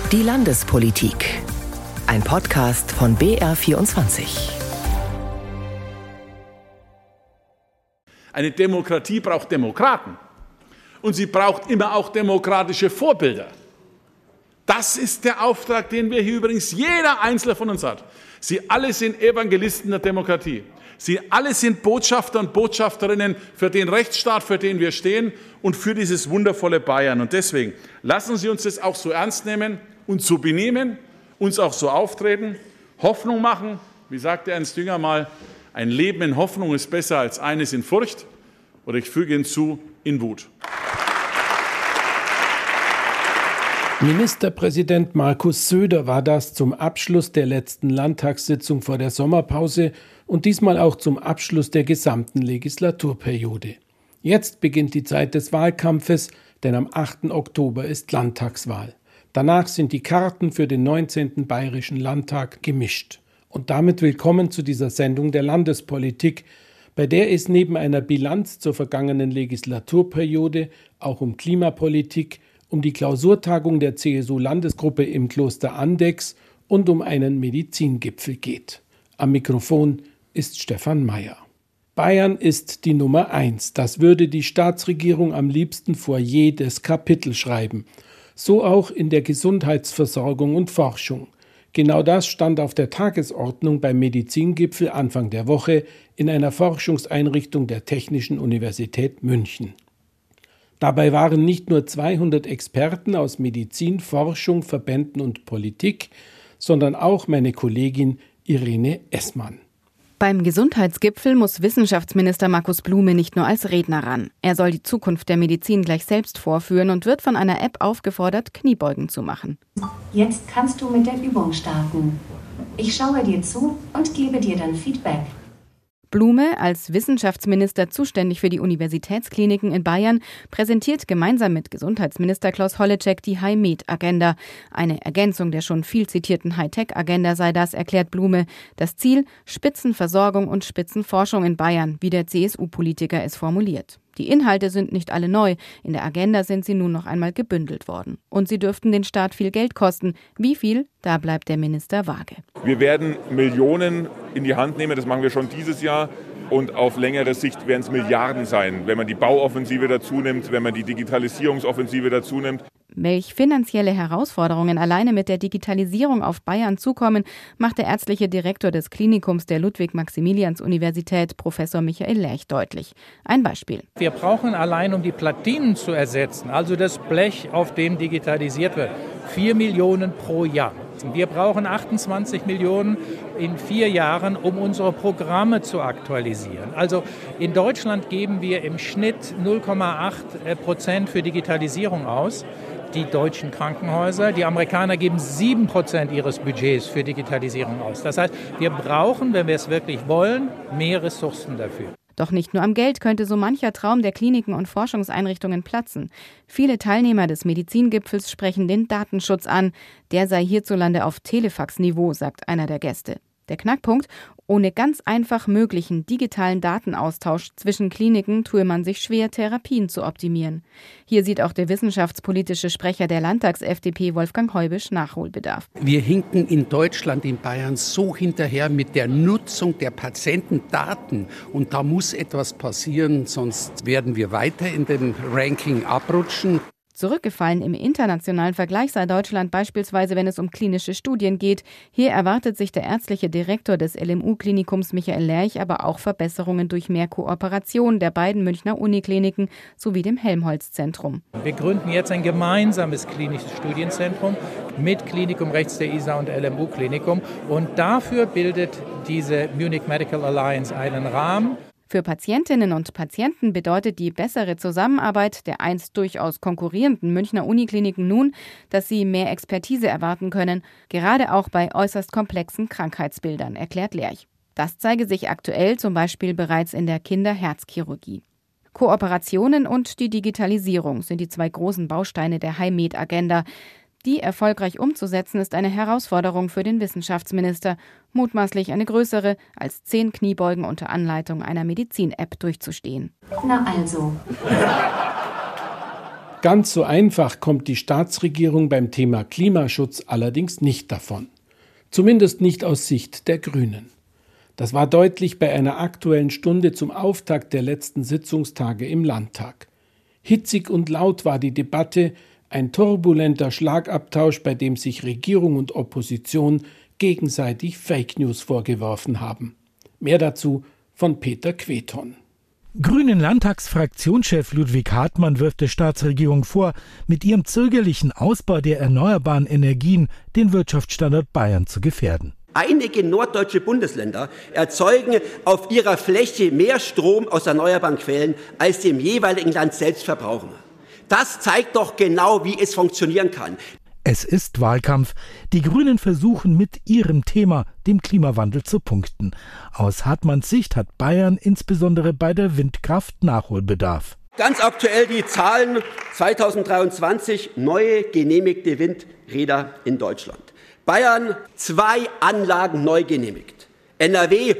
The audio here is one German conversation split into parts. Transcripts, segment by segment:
Die Landespolitik. Ein Podcast von BR24. Eine Demokratie braucht Demokraten. Und sie braucht immer auch demokratische Vorbilder. Das ist der Auftrag, den wir hier übrigens jeder Einzelne von uns hat. Sie alle sind Evangelisten der Demokratie. Sie alle sind Botschafter und Botschafterinnen für den Rechtsstaat, für den wir stehen und für dieses wundervolle Bayern. Und deswegen lassen Sie uns das auch so ernst nehmen und so benehmen, uns auch so auftreten, Hoffnung machen. Wie sagte Ernst Jünger mal, ein Leben in Hoffnung ist besser als eines in Furcht. Oder ich füge hinzu, in Wut. Ministerpräsident Markus Söder war das zum Abschluss der letzten Landtagssitzung vor der Sommerpause und diesmal auch zum Abschluss der gesamten Legislaturperiode. Jetzt beginnt die Zeit des Wahlkampfes, denn am 8. Oktober ist Landtagswahl. Danach sind die Karten für den 19. Bayerischen Landtag gemischt. Und damit willkommen zu dieser Sendung der Landespolitik, bei der es neben einer Bilanz zur vergangenen Legislaturperiode auch um Klimapolitik, um die Klausurtagung der CSU-Landesgruppe im Kloster Andechs und um einen Medizingipfel geht. Am Mikrofon ist Stefan Mayer. Bayern ist die Nummer 1. Das würde die Staatsregierung am liebsten vor jedes Kapitel schreiben. So auch in der Gesundheitsversorgung und Forschung. Genau das stand auf der Tagesordnung beim Medizingipfel Anfang der Woche in einer Forschungseinrichtung der Technischen Universität München. Dabei waren nicht nur 200 Experten aus Medizin, Forschung, Verbänden und Politik, sondern auch meine Kollegin Irene Essmann. Beim Gesundheitsgipfel muss Wissenschaftsminister Markus Blume nicht nur als Redner ran. Er soll die Zukunft der Medizin gleich selbst vorführen und wird von einer App aufgefordert, Kniebeugen zu machen. Jetzt kannst du mit der Übung starten. Ich schaue dir zu und gebe dir dann Feedback. Blume, als Wissenschaftsminister zuständig für die Universitätskliniken in Bayern, präsentiert gemeinsam mit Gesundheitsminister Klaus Holleczek die High-Med-Agenda. Eine Ergänzung der schon viel zitierten Hightech-Agenda sei das, erklärt Blume. Das Ziel: Spitzenversorgung und Spitzenforschung in Bayern, wie der CSU-Politiker es formuliert. Die Inhalte sind nicht alle neu. In der Agenda sind sie nun noch einmal gebündelt worden. Und sie dürften den Staat viel Geld kosten. Wie viel? Da bleibt der Minister vage. Wir werden Millionen in die Hand nehmen, das machen wir schon dieses Jahr. Und auf längere Sicht werden es Milliarden sein, wenn man die Bauoffensive dazu nimmt, wenn man die Digitalisierungsoffensive dazu nimmt. Welch finanzielle Herausforderungen alleine mit der Digitalisierung auf Bayern zukommen, macht der ärztliche Direktor des Klinikums der Ludwig-Maximilians-Universität, Professor Michael Lerch, deutlich. Ein Beispiel. Wir brauchen allein, um die Platinen zu ersetzen, also das Blech, auf dem digitalisiert wird, 4 Millionen pro Jahr. Wir brauchen 28 Millionen in 4 Jahren, um unsere Programme zu aktualisieren. Also in Deutschland geben wir im Schnitt 0,8% für Digitalisierung aus. Die deutschen Krankenhäuser, die Amerikaner geben 7% ihres Budgets für Digitalisierung aus. Das heißt, wir brauchen, wenn wir es wirklich wollen, mehr Ressourcen dafür. Doch nicht nur am Geld könnte so mancher Traum der Kliniken und Forschungseinrichtungen platzen. Viele Teilnehmer des Medizingipfels sprechen den Datenschutz an. Der sei hierzulande auf Telefax-Niveau, sagt einer der Gäste. Der Knackpunkt: Ohne ganz einfach möglichen digitalen Datenaustausch zwischen Kliniken tue man sich schwer, Therapien zu optimieren. Hier sieht auch der wissenschaftspolitische Sprecher der Landtags-FDP, Wolfgang Heubisch, Nachholbedarf. Wir hinken in Deutschland, in Bayern so hinterher mit der Nutzung der Patientendaten. Und da muss etwas passieren, sonst werden wir weiter in dem Ranking abrutschen. Zurückgefallen im internationalen Vergleich sei Deutschland beispielsweise, wenn es um klinische Studien geht. Hier erwartet sich der ärztliche Direktor des LMU-Klinikums Michael Lerch aber auch Verbesserungen durch mehr Kooperation der beiden Münchner Unikliniken sowie dem Helmholtz-Zentrum. Wir gründen jetzt ein gemeinsames klinisches Studienzentrum mit Klinikum rechts der ISA und LMU-Klinikum. Und dafür bildet diese Munich Medical Alliance einen Rahmen. Für Patientinnen und Patienten bedeutet die bessere Zusammenarbeit der einst durchaus konkurrierenden Münchner Unikliniken nun, dass sie mehr Expertise erwarten können, gerade auch bei äußerst komplexen Krankheitsbildern, erklärt Lerch. Das zeige sich aktuell zum Beispiel bereits in der Kinderherzchirurgie. Kooperationen und die Digitalisierung sind die 2 großen Bausteine der High-Med-Agenda. Die erfolgreich umzusetzen, ist eine Herausforderung für den Wissenschaftsminister. Mutmaßlich eine größere, als 10 Kniebeugen unter Anleitung einer Medizin-App durchzustehen. Na also. Ganz so einfach kommt die Staatsregierung beim Thema Klimaschutz allerdings nicht davon. Zumindest nicht aus Sicht der Grünen. Das war deutlich bei einer Aktuellen Stunde zum Auftakt der letzten Sitzungstage im Landtag. Hitzig und laut war die Debatte, ein turbulenter Schlagabtausch, bei dem sich Regierung und Opposition gegenseitig Fake News vorgeworfen haben. Mehr dazu von Peter Queton. Grünen-Landtagsfraktionschef Ludwig Hartmann wirft der Staatsregierung vor, mit ihrem zögerlichen Ausbau der erneuerbaren Energien den Wirtschaftsstandort Bayern zu gefährden. Einige norddeutsche Bundesländer erzeugen auf ihrer Fläche mehr Strom aus erneuerbaren Quellen, als sie im jeweiligen Land selbst verbrauchen. Das zeigt doch genau, wie es funktionieren kann. Es ist Wahlkampf. Die Grünen versuchen mit ihrem Thema, dem Klimawandel, zu punkten. Aus Hartmanns Sicht hat Bayern insbesondere bei der Windkraft Nachholbedarf. Ganz aktuell die Zahlen 2023, neue genehmigte Windräder in Deutschland. Bayern 2 Anlagen neu genehmigt, NRW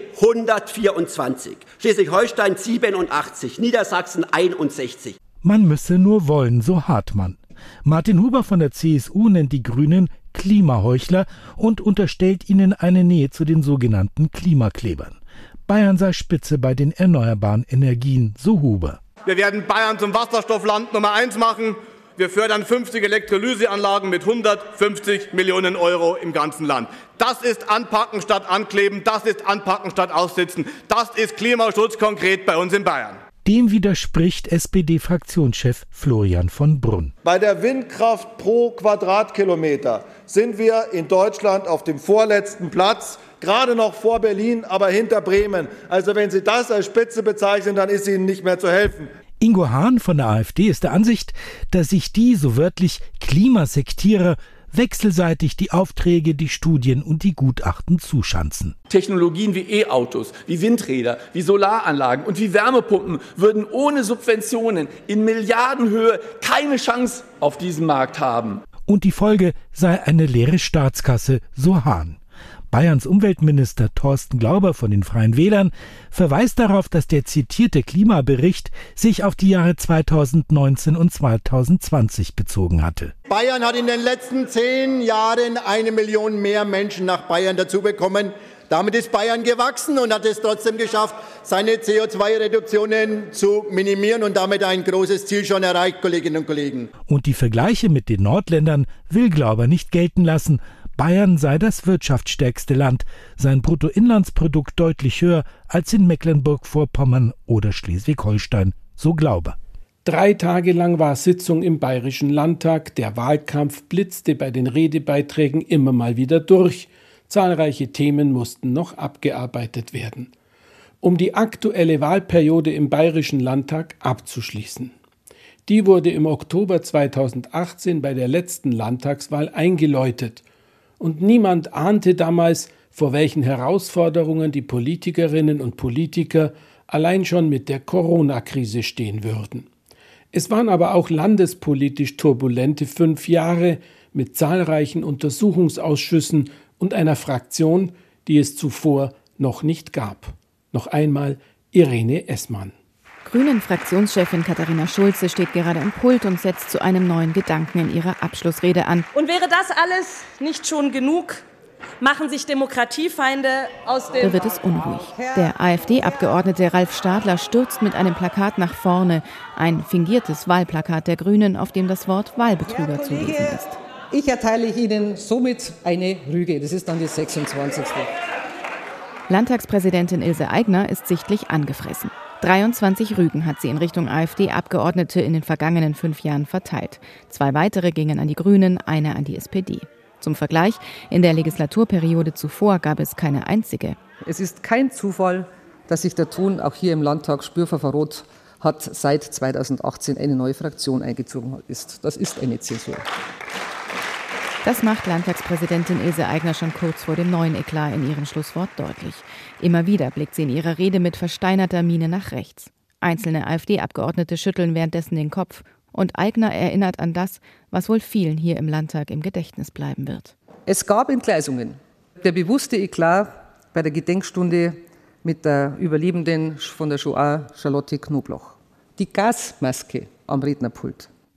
124, Schleswig-Holstein 87, Niedersachsen 61. Man müsse nur wollen, so Hartmann. Martin Huber von der CSU nennt die Grünen Klimaheuchler und unterstellt ihnen eine Nähe zu den sogenannten Klimaklebern. Bayern sei Spitze bei den erneuerbaren Energien, so Huber. Wir werden Bayern zum Wasserstoffland Nummer 1 machen. Wir fördern 50 Elektrolyseanlagen mit 150 Millionen Euro im ganzen Land. Das ist Anpacken statt Ankleben, das ist Anpacken statt Aussitzen. Das ist Klimaschutz konkret bei uns in Bayern. Dem widerspricht SPD-Fraktionschef Florian von Brunn. Bei der Windkraft pro Quadratkilometer sind wir in Deutschland auf dem vorletzten Platz, gerade noch vor Berlin, aber hinter Bremen. Also wenn Sie das als Spitze bezeichnen, dann ist Ihnen nicht mehr zu helfen. Ingo Hahn von der AfD ist der Ansicht, dass sich die, so wörtlich, Klimasektierer wechselseitig die Aufträge, die Studien und die Gutachten zuschanzen. Technologien wie E-Autos, wie Windräder, wie Solaranlagen und wie Wärmepumpen würden ohne Subventionen in Milliardenhöhe keine Chance auf diesem Markt haben. Und die Folge sei eine leere Staatskasse, so Hahn. Bayerns Umweltminister Thorsten Glauber von den Freien Wählern verweist darauf, dass der zitierte Klimabericht sich auf die Jahre 2019 und 2020 bezogen hatte. Bayern hat in den letzten 10 Jahren 1 Million mehr Menschen nach Bayern dazu bekommen. Damit ist Bayern gewachsen und hat es trotzdem geschafft, seine CO2-Reduktionen zu minimieren und damit ein großes Ziel schon erreicht, Kolleginnen und Kollegen. Und die Vergleiche mit den Nordländern will Glauber nicht gelten lassen. Bayern sei das wirtschaftsstärkste Land, sein Bruttoinlandsprodukt deutlich höher als in Mecklenburg-Vorpommern oder Schleswig-Holstein, so Glauber. 3 Tage lang war Sitzung im Bayerischen Landtag, der Wahlkampf blitzte bei den Redebeiträgen immer mal wieder durch. Zahlreiche Themen mussten noch abgearbeitet werden. Um die aktuelle Wahlperiode im Bayerischen Landtag abzuschließen. Die wurde im Oktober 2018 bei der letzten Landtagswahl eingeläutet. Und niemand ahnte damals, vor welchen Herausforderungen die Politikerinnen und Politiker allein schon mit der Corona-Krise stehen würden. Es waren aber auch landespolitisch turbulente 5 Jahre mit zahlreichen Untersuchungsausschüssen und einer Fraktion, die es zuvor noch nicht gab. Noch einmal Irene Essmann. Grünen-Fraktionschefin Katharina Schulze steht gerade am Pult und setzt zu einem neuen Gedanken in ihrer Abschlussrede an. Und wäre das alles nicht schon genug, machen sich Demokratiefeinde aus dem... Da wird es unruhig. Der AfD-Abgeordnete Ralf Stadler stürzt mit einem Plakat nach vorne. Ein fingiertes Wahlplakat der Grünen, auf dem das Wort Wahlbetrüger zu lesen ist. Ich erteile Ihnen somit eine Rüge. Das ist dann die 26. Landtagspräsidentin Ilse Aigner ist sichtlich angefressen. 23 Rügen hat sie in Richtung AfD-Abgeordnete in den vergangenen 5 Jahren verteilt. 2 weitere gingen an die Grünen, eine an die SPD. Zum Vergleich, in der Legislaturperiode zuvor gab es keine einzige. Es ist kein Zufall, dass sich der Ton auch hier im Landtag spürbar verrot hat, seit 2018 eine neue Fraktion eingezogen ist. Das ist eine Zäsur. Das macht Landtagspräsidentin Ilse Aigner schon kurz vor dem neuen Eklat in ihrem Schlusswort deutlich. Immer wieder blickt sie in ihrer Rede mit versteinerter Miene nach rechts. Einzelne AfD-Abgeordnete schütteln währenddessen den Kopf. Und Aigner erinnert an das, was wohl vielen hier im Landtag im Gedächtnis bleiben wird. Es gab Entgleisungen. Der bewusste Eklat bei der Gedenkstunde mit der Überlebenden von der Shoah, Charlotte Knobloch. Die Gasmaske am Rednerpult.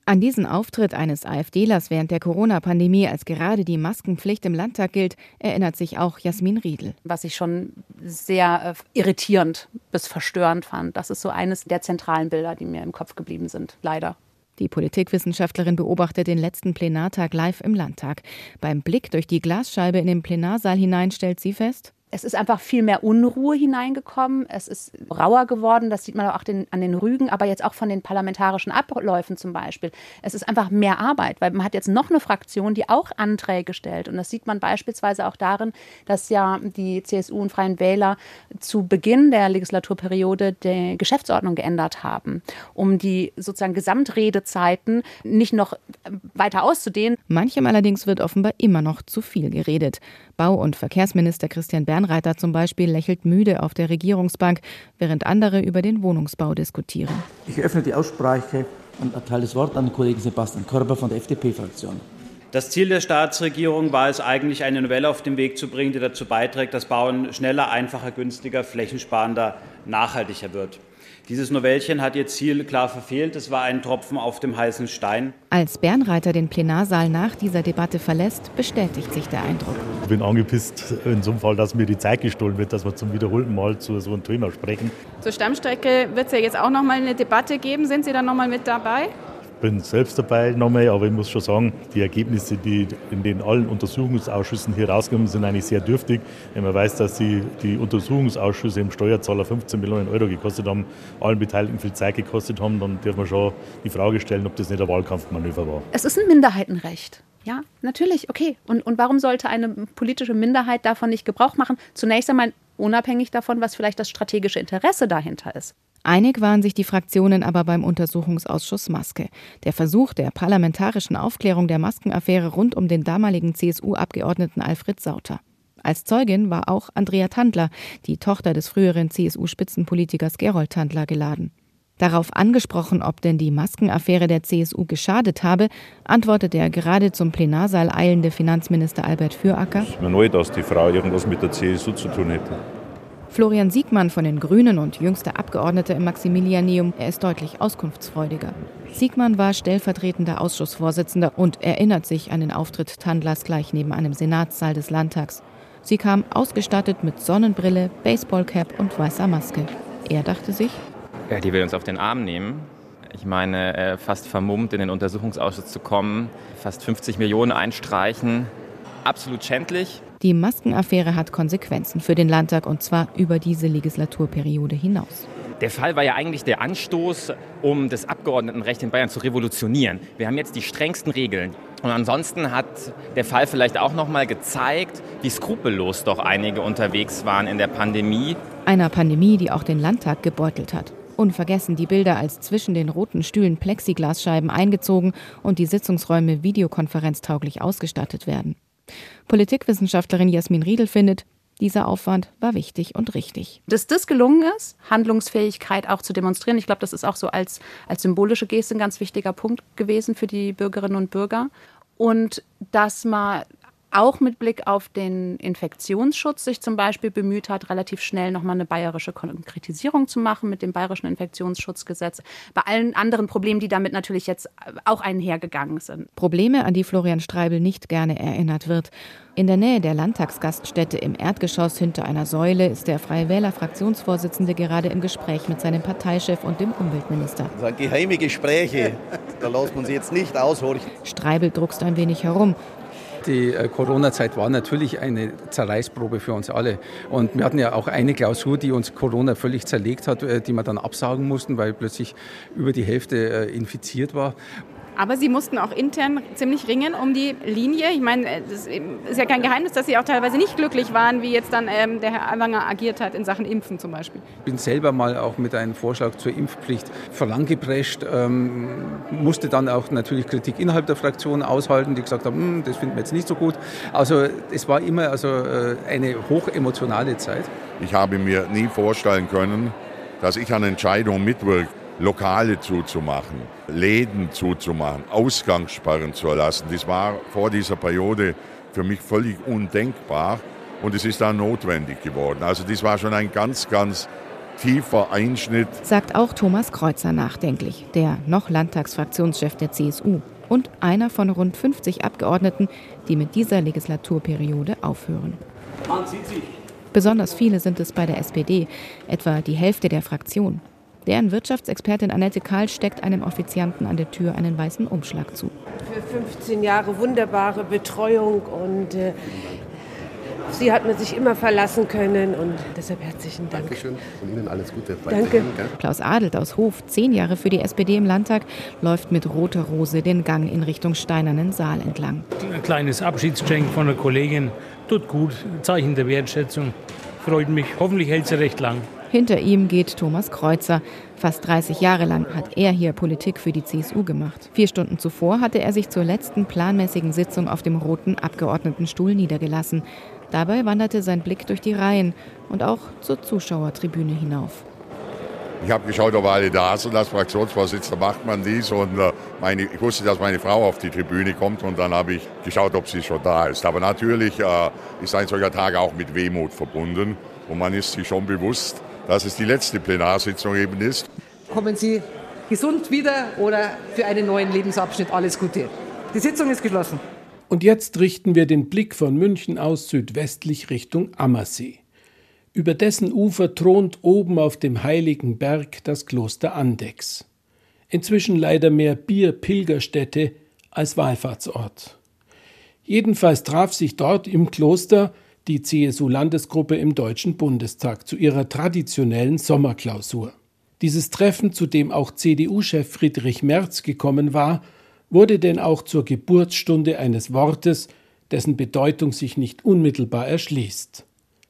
An diesen Auftritt eines AfDlers während der Corona-Pandemie, als gerade die Maskenpflicht im Landtag gilt, erinnert sich auch Jasmin Riedl. Was ich schon sehr irritierend bis verstörend fand. Das ist so eines der zentralen Bilder, die mir im Kopf geblieben sind, leider. Die Politikwissenschaftlerin beobachtet den letzten Plenartag live im Landtag. Beim Blick durch die Glasscheibe in den Plenarsaal hinein stellt sie fest: Es ist einfach viel mehr Unruhe hineingekommen. Es ist rauer geworden, das sieht man auch an den Rügen, aber jetzt auch von den parlamentarischen Abläufen zum Beispiel. Es ist einfach mehr Arbeit, weil man hat jetzt noch eine Fraktion, die auch Anträge stellt. Und das sieht man beispielsweise auch darin, dass ja die CSU und Freien Wähler zu Beginn der Legislaturperiode die Geschäftsordnung geändert haben, um die sozusagen Gesamtredezeiten nicht noch weiter auszudehnen. Manchem allerdings wird offenbar immer noch zu viel geredet. Bau- und Verkehrsminister Christian Bernreiter zum Beispiel lächelt müde auf der Regierungsbank, während andere über den Wohnungsbau diskutieren. Ich öffne die Aussprache und erteile das Wort an den Kollegen Sebastian Körber von der FDP-Fraktion. Das Ziel der Staatsregierung war es eigentlich, eine Novelle auf den Weg zu bringen, die dazu beiträgt, dass Bauen schneller, einfacher, günstiger, flächensparender, nachhaltiger wird. Dieses Novellchen hat ihr Ziel klar verfehlt. Es war ein Tropfen auf dem heißen Stein. Als Bernreiter den Plenarsaal nach dieser Debatte verlässt, bestätigt sich der Eindruck. Ich bin angepisst in so einem Fall, dass mir die Zeit gestohlen wird, dass wir zum wiederholten Mal zu so einem Thema sprechen. Zur Stammstrecke wird es ja jetzt auch noch mal eine Debatte geben. Sind Sie dann noch mal mit dabei? Ich bin selbst dabei nochmal, aber ich muss schon sagen, die Ergebnisse, die in den allen Untersuchungsausschüssen hier rausgekommen sind, eigentlich sehr dürftig. Wenn man weiß, dass die Untersuchungsausschüsse im Steuerzahler 15 Millionen Euro gekostet haben, allen Beteiligten viel Zeit gekostet haben, dann darf man schon die Frage stellen, ob das nicht ein Wahlkampfmanöver war. Es ist ein Minderheitenrecht. Ja, natürlich, okay. Und warum sollte eine politische Minderheit davon nicht Gebrauch machen? Zunächst einmal unabhängig davon, was vielleicht das strategische Interesse dahinter ist. Einig waren sich die Fraktionen aber beim Untersuchungsausschuss Maske. Der Versuch der parlamentarischen Aufklärung der Maskenaffäre rund um den damaligen CSU-Abgeordneten Alfred Sauter. Als Zeugin war auch Andrea Tandler, die Tochter des früheren CSU-Spitzenpolitikers Gerold Tandler, geladen. Darauf angesprochen, ob denn die Maskenaffäre der CSU geschadet habe, antwortet der gerade zum Plenarsaal eilende Finanzminister Albert Füracker: Es ist mir neu, dass die Frau irgendwas mit der CSU zu tun hätte. Florian Siegmann von den Grünen und jüngster Abgeordneter im Maximilianeum, er ist deutlich auskunftsfreudiger. Siegmann war stellvertretender Ausschussvorsitzender und erinnert sich an den Auftritt Tandlers gleich neben einem Senatssaal des Landtags. Sie kam ausgestattet mit Sonnenbrille, Baseballcap und weißer Maske. Er dachte sich: Ja, die will uns auf den Arm nehmen. Ich meine, fast vermummt in den Untersuchungsausschuss zu kommen, fast 50 Millionen einstreichen, absolut schändlich. Die Maskenaffäre hat Konsequenzen für den Landtag, und zwar über diese Legislaturperiode hinaus. Der Fall war ja eigentlich der Anstoß, um das Abgeordnetenrecht in Bayern zu revolutionieren. Wir haben jetzt die strengsten Regeln. Und ansonsten hat der Fall vielleicht auch noch mal gezeigt, wie skrupellos doch einige unterwegs waren in der Pandemie. Einer Pandemie, die auch den Landtag gebeutelt hat. Unvergessen die Bilder, als zwischen den roten Stühlen Plexiglasscheiben eingezogen und die Sitzungsräume videokonferenztauglich ausgestattet werden. Politikwissenschaftlerin Jasmin Riedl findet, dieser Aufwand war wichtig und richtig. Dass das gelungen ist, Handlungsfähigkeit auch zu demonstrieren, ich glaube, das ist auch so als symbolische Geste ein ganz wichtiger Punkt gewesen für die Bürgerinnen und Bürger. Und dass man auch mit Blick auf den Infektionsschutz sich zum Beispiel bemüht hat, relativ schnell nochmal eine bayerische Konkretisierung zu machen mit dem bayerischen Infektionsschutzgesetz. Bei allen anderen Problemen, die damit natürlich jetzt auch einhergegangen sind. Probleme, an die Florian Streibel nicht gerne erinnert wird. In der Nähe der Landtagsgaststätte im Erdgeschoss hinter einer Säule ist der Freie Wähler-Fraktionsvorsitzende gerade im Gespräch mit seinem Parteichef und dem Umweltminister. Das sind geheime Gespräche, da lässt man sie jetzt nicht aushorchen. Streibel druckst ein wenig herum. Die Corona-Zeit war natürlich eine Zerreißprobe für uns alle. Und wir hatten ja auch eine Klausur, die uns Corona völlig zerlegt hat, die wir dann absagen mussten, weil plötzlich über die Hälfte infiziert war. Aber Sie mussten auch intern ziemlich ringen um die Linie. Ich meine, es ist ja kein Geheimnis, dass Sie auch teilweise nicht glücklich waren, wie jetzt dann der Herr Aiwanger agiert hat in Sachen Impfen zum Beispiel. Ich bin selber mal auch mit einem Vorschlag zur Impfpflicht vorangeprescht, musste dann auch natürlich Kritik innerhalb der Fraktion aushalten, die gesagt haben, das finden wir jetzt nicht so gut. Also es war immer eine hochemotionale Zeit. Ich habe mir nie vorstellen können, dass ich an Entscheidungen mitwirke, Lokale zuzumachen, Läden zuzumachen, Ausgangssperren zu erlassen. Das war vor dieser Periode für mich völlig undenkbar und es ist dann notwendig geworden. Also das war schon ein ganz, ganz tiefer Einschnitt. Sagt auch Thomas Kreuzer nachdenklich, der noch Landtagsfraktionschef der CSU und einer von rund 50 Abgeordneten, die mit dieser Legislaturperiode aufhören. Man sieht sich. Besonders viele sind es bei der SPD, etwa die Hälfte der Fraktion. Deren Wirtschaftsexpertin Annette Kahl steckt einem Offizianten an der Tür einen weißen Umschlag zu. Für 15 Jahre wunderbare Betreuung und Sie hat man sich immer verlassen können und deshalb herzlichen Dank. Dankeschön und Ihnen alles Gute. Danke. Klaus Adelt aus Hof, 10 Jahre für die SPD im Landtag, läuft mit roter Rose den Gang in Richtung Steinernen Saal entlang. Ein kleines Abschiedsgeschenk von einer Kollegin, tut gut, Zeichen der Wertschätzung, freut mich, hoffentlich hält sie recht lang. Hinter ihm geht Thomas Kreuzer. Fast 30 Jahre lang hat er hier Politik für die CSU gemacht. 4 Stunden zuvor hatte er sich zur letzten planmäßigen Sitzung auf dem roten Abgeordnetenstuhl niedergelassen. Dabei wanderte sein Blick durch die Reihen und auch zur Zuschauertribüne hinauf. Ich habe geschaut, ob alle da sind. Als Fraktionsvorsitzender macht man dies. Und ich wusste, dass meine Frau auf die Tribüne kommt. Und dann habe ich geschaut, ob sie schon da ist. Aber natürlich ist ein solcher Tag auch mit Wehmut verbunden. Und man ist sich schon bewusst, dass es die letzte Plenarsitzung eben ist. Kommen Sie gesund wieder oder für einen neuen Lebensabschnitt alles Gute. Die Sitzung ist geschlossen. Und jetzt richten wir den Blick von München aus südwestlich Richtung Ammersee. Über dessen Ufer thront oben auf dem heiligen Berg das Kloster Andechs. Inzwischen leider mehr Bier-Pilgerstätte als Wallfahrtsort. Jedenfalls traf sich dort im Kloster die CSU-Landesgruppe im Deutschen Bundestag zu ihrer traditionellen Sommerklausur. Dieses Treffen, zu dem auch CDU-Chef Friedrich Merz gekommen war, wurde denn auch zur Geburtsstunde eines Wortes, dessen Bedeutung sich nicht unmittelbar erschließt.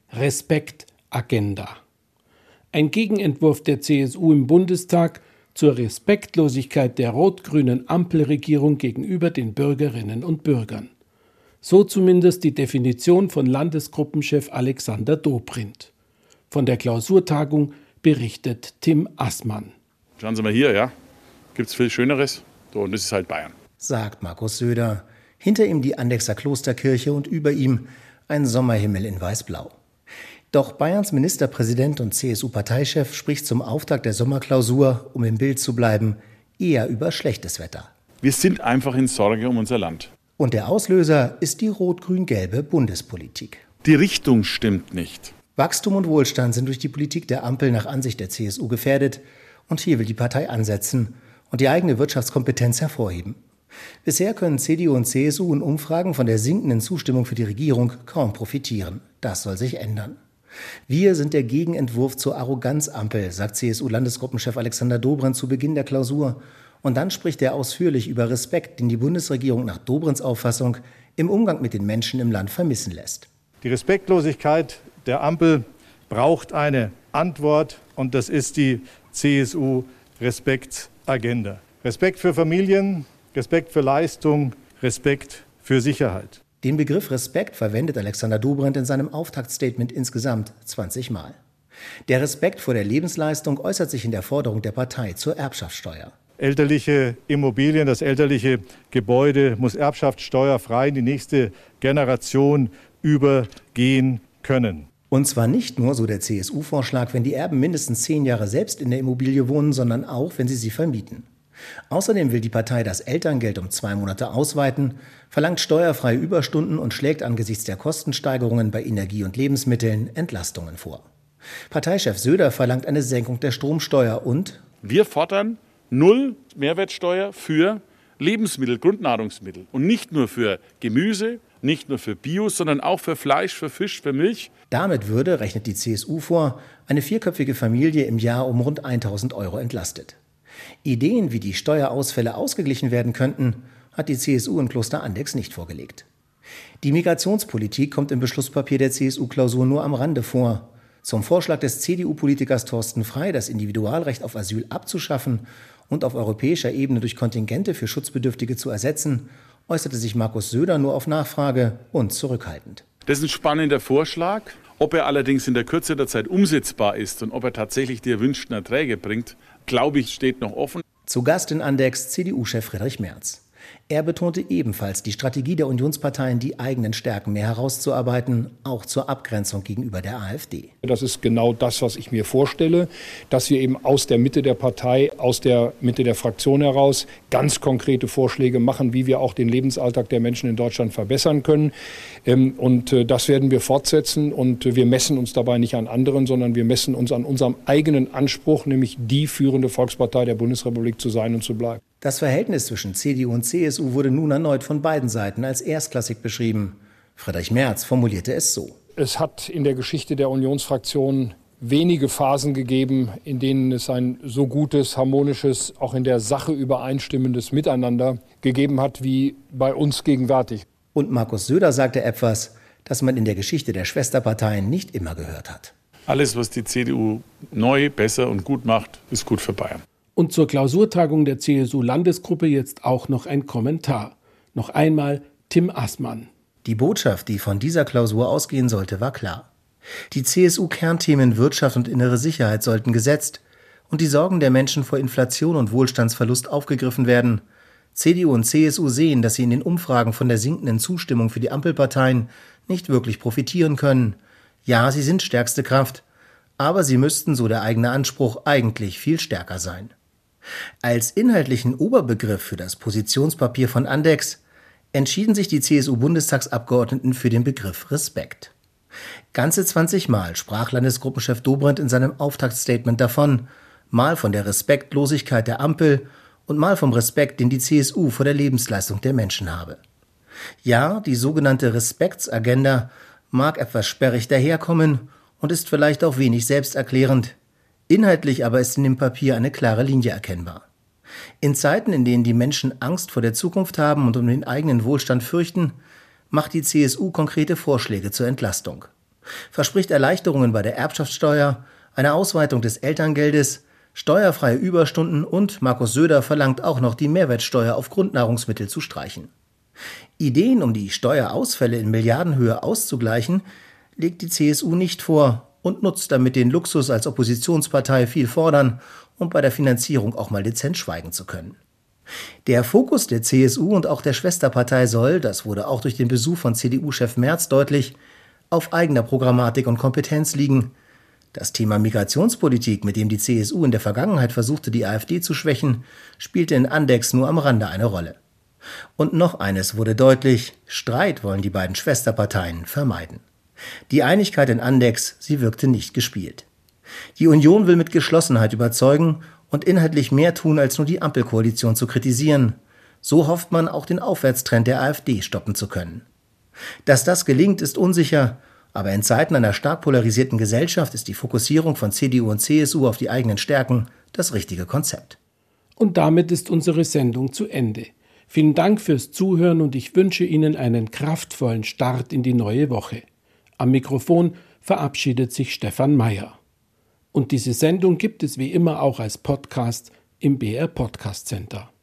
Respektagenda. Ein Gegenentwurf der CSU im Bundestag zur Respektlosigkeit der rot-grünen Ampelregierung gegenüber den Bürgerinnen und Bürgern. So zumindest die Definition von Landesgruppenchef Alexander Dobrindt. Von der Klausurtagung berichtet Tim Assmann. Schauen Sie mal hier, ja, gibt es viel Schöneres. So, und das ist halt Bayern. Sagt Markus Söder. Hinter ihm die Andechser Klosterkirche und über ihm ein Sommerhimmel in weiß-blau. Doch Bayerns Ministerpräsident und CSU-Parteichef spricht zum Auftakt der Sommerklausur, um im Bild zu bleiben, eher über schlechtes Wetter. Wir sind einfach in Sorge um unser Land. Und der Auslöser ist die rot-grün-gelbe Bundespolitik. Die Richtung stimmt nicht. Wachstum und Wohlstand sind durch die Politik der Ampel nach Ansicht der CSU gefährdet. Und hier will die Partei ansetzen und die eigene Wirtschaftskompetenz hervorheben. Bisher können CDU und CSU in Umfragen von der sinkenden Zustimmung für die Regierung kaum profitieren. Das soll sich ändern. Wir sind der Gegenentwurf zur Arroganzampel, sagt CSU-Landesgruppenchef Alexander Dobrindt zu Beginn der Klausur. Und dann spricht er ausführlich über Respekt, den die Bundesregierung nach Dobrindts Auffassung im Umgang mit den Menschen im Land vermissen lässt. Die Respektlosigkeit der Ampel braucht eine Antwort und das ist die CSU-Respektagenda. Respekt für Familien, Respekt für Leistung, Respekt für Sicherheit. Den Begriff Respekt verwendet Alexander Dobrindt in seinem Auftaktstatement insgesamt 20 Mal. Der Respekt vor der Lebensleistung äußert sich in der Forderung der Partei zur Erbschaftssteuer. Elterliche Immobilien, das elterliche Gebäude muss erbschaftssteuerfrei in die nächste Generation übergehen können. Und zwar nicht nur, so der CSU-Vorschlag, wenn die Erben mindestens 10 Jahre selbst in der Immobilie wohnen, sondern auch, wenn sie vermieten. Außerdem will die Partei das Elterngeld um 2 Monate ausweiten, verlangt steuerfreie Überstunden und schlägt angesichts der Kostensteigerungen bei Energie und Lebensmitteln Entlastungen vor. Parteichef Söder verlangt eine Senkung der Stromsteuer und wir fordern 0 Mehrwertsteuer für Lebensmittel, Grundnahrungsmittel. Und nicht nur für Gemüse, nicht nur für Bio, sondern auch für Fleisch, für Fisch, für Milch. Damit würde, rechnet die CSU vor, eine 4-köpfige Familie im Jahr um rund 1.000 € entlastet. Ideen, wie die Steuerausfälle ausgeglichen werden könnten, hat die CSU in Kloster Andechs nicht vorgelegt. Die Migrationspolitik kommt im Beschlusspapier der CSU-Klausur nur am Rande vor. Zum Vorschlag des CDU-Politikers Thorsten Frey, das Individualrecht auf Asyl abzuschaffen und auf europäischer Ebene durch Kontingente für Schutzbedürftige zu ersetzen, äußerte sich Markus Söder nur auf Nachfrage und zurückhaltend. Das ist ein spannender Vorschlag. Ob er allerdings in der Kürze der Zeit umsetzbar ist und ob er tatsächlich die erwünschten Erträge bringt, glaube ich, steht noch offen. Zu Gast in Andechs CDU-Chef Friedrich Merz. Er betonte ebenfalls die Strategie der Unionsparteien, die eigenen Stärken mehr herauszuarbeiten, auch zur Abgrenzung gegenüber der AfD. Das ist genau das, was ich mir vorstelle, dass wir eben aus der Mitte der Partei, aus der Mitte der Fraktion heraus ganz konkrete Vorschläge machen, wie wir auch den Lebensalltag der Menschen in Deutschland verbessern können. Und das werden wir fortsetzen. Und wir messen uns dabei nicht an anderen, sondern wir messen uns an unserem eigenen Anspruch, nämlich die führende Volkspartei der Bundesrepublik zu sein und zu bleiben. Das Verhältnis zwischen CDU und CSU wurde nun erneut von beiden Seiten als erstklassig beschrieben. Friedrich Merz formulierte es so: Es hat in der Geschichte der Unionsfraktion wenige Phasen gegeben, in denen es ein so gutes, harmonisches, auch in der Sache übereinstimmendes Miteinander gegeben hat wie bei uns gegenwärtig. Und Markus Söder sagte etwas, das man in der Geschichte der Schwesterparteien nicht immer gehört hat. Alles, was die CDU neu, besser und gut macht, ist gut für Bayern. Und zur Klausurtagung der CSU-Landesgruppe jetzt auch noch ein Kommentar. Noch einmal Tim Assmann. Die Botschaft, die von dieser Klausur ausgehen sollte, war klar. Die CSU-Kernthemen Wirtschaft und innere Sicherheit sollten gesetzt und die Sorgen der Menschen vor Inflation und Wohlstandsverlust aufgegriffen werden. CDU und CSU sehen, dass sie in den Umfragen von der sinkenden Zustimmung für die Ampelparteien nicht wirklich profitieren können. Ja, sie sind stärkste Kraft, aber sie müssten, so der eigene Anspruch, eigentlich viel stärker sein. Als inhaltlichen Oberbegriff für das Positionspapier von Andex entschieden sich die CSU-Bundestagsabgeordneten für den Begriff Respekt. Ganze 20 Mal sprach Landesgruppenchef Dobrindt in seinem Auftaktstatement davon, mal von der Respektlosigkeit der Ampel und mal vom Respekt, den die CSU vor der Lebensleistung der Menschen habe. Ja, die sogenannte Respektsagenda mag etwas sperrig daherkommen und ist vielleicht auch wenig selbsterklärend. Inhaltlich aber ist in dem Papier eine klare Linie erkennbar. In Zeiten, in denen die Menschen Angst vor der Zukunft haben und um den eigenen Wohlstand fürchten, macht die CSU konkrete Vorschläge zur Entlastung. Verspricht Erleichterungen bei der Erbschaftssteuer, eine Ausweitung des Elterngeldes, steuerfreie Überstunden und Markus Söder verlangt auch noch die Mehrwertsteuer auf Grundnahrungsmittel zu streichen. Ideen, um die Steuerausfälle in Milliardenhöhe auszugleichen, legt die CSU nicht vor und nutzt damit den Luxus, als Oppositionspartei viel fordern und bei der Finanzierung auch mal dezent schweigen zu können. Der Fokus der CSU und auch der Schwesterpartei soll, das wurde auch durch den Besuch von CDU-Chef Merz deutlich, auf eigener Programmatik und Kompetenz liegen. Das Thema Migrationspolitik, mit dem die CSU in der Vergangenheit versuchte, die AfD zu schwächen, spielte in Andex nur am Rande eine Rolle. Und noch eines wurde deutlich: Streit wollen die beiden Schwesterparteien vermeiden. Die Einigkeit in Andex, sie wirkte nicht gespielt. Die Union will mit Geschlossenheit überzeugen und inhaltlich mehr tun, als nur die Ampelkoalition zu kritisieren. So hofft man, auch den Aufwärtstrend der AfD stoppen zu können. Dass das gelingt, ist unsicher, aber in Zeiten einer stark polarisierten Gesellschaft ist die Fokussierung von CDU und CSU auf die eigenen Stärken das richtige Konzept. Und damit ist unsere Sendung zu Ende. Vielen Dank fürs Zuhören und ich wünsche Ihnen einen kraftvollen Start in die neue Woche. Am Mikrofon verabschiedet sich Stefan Mayer. Und diese Sendung gibt es wie immer auch als Podcast im BR Podcast Center.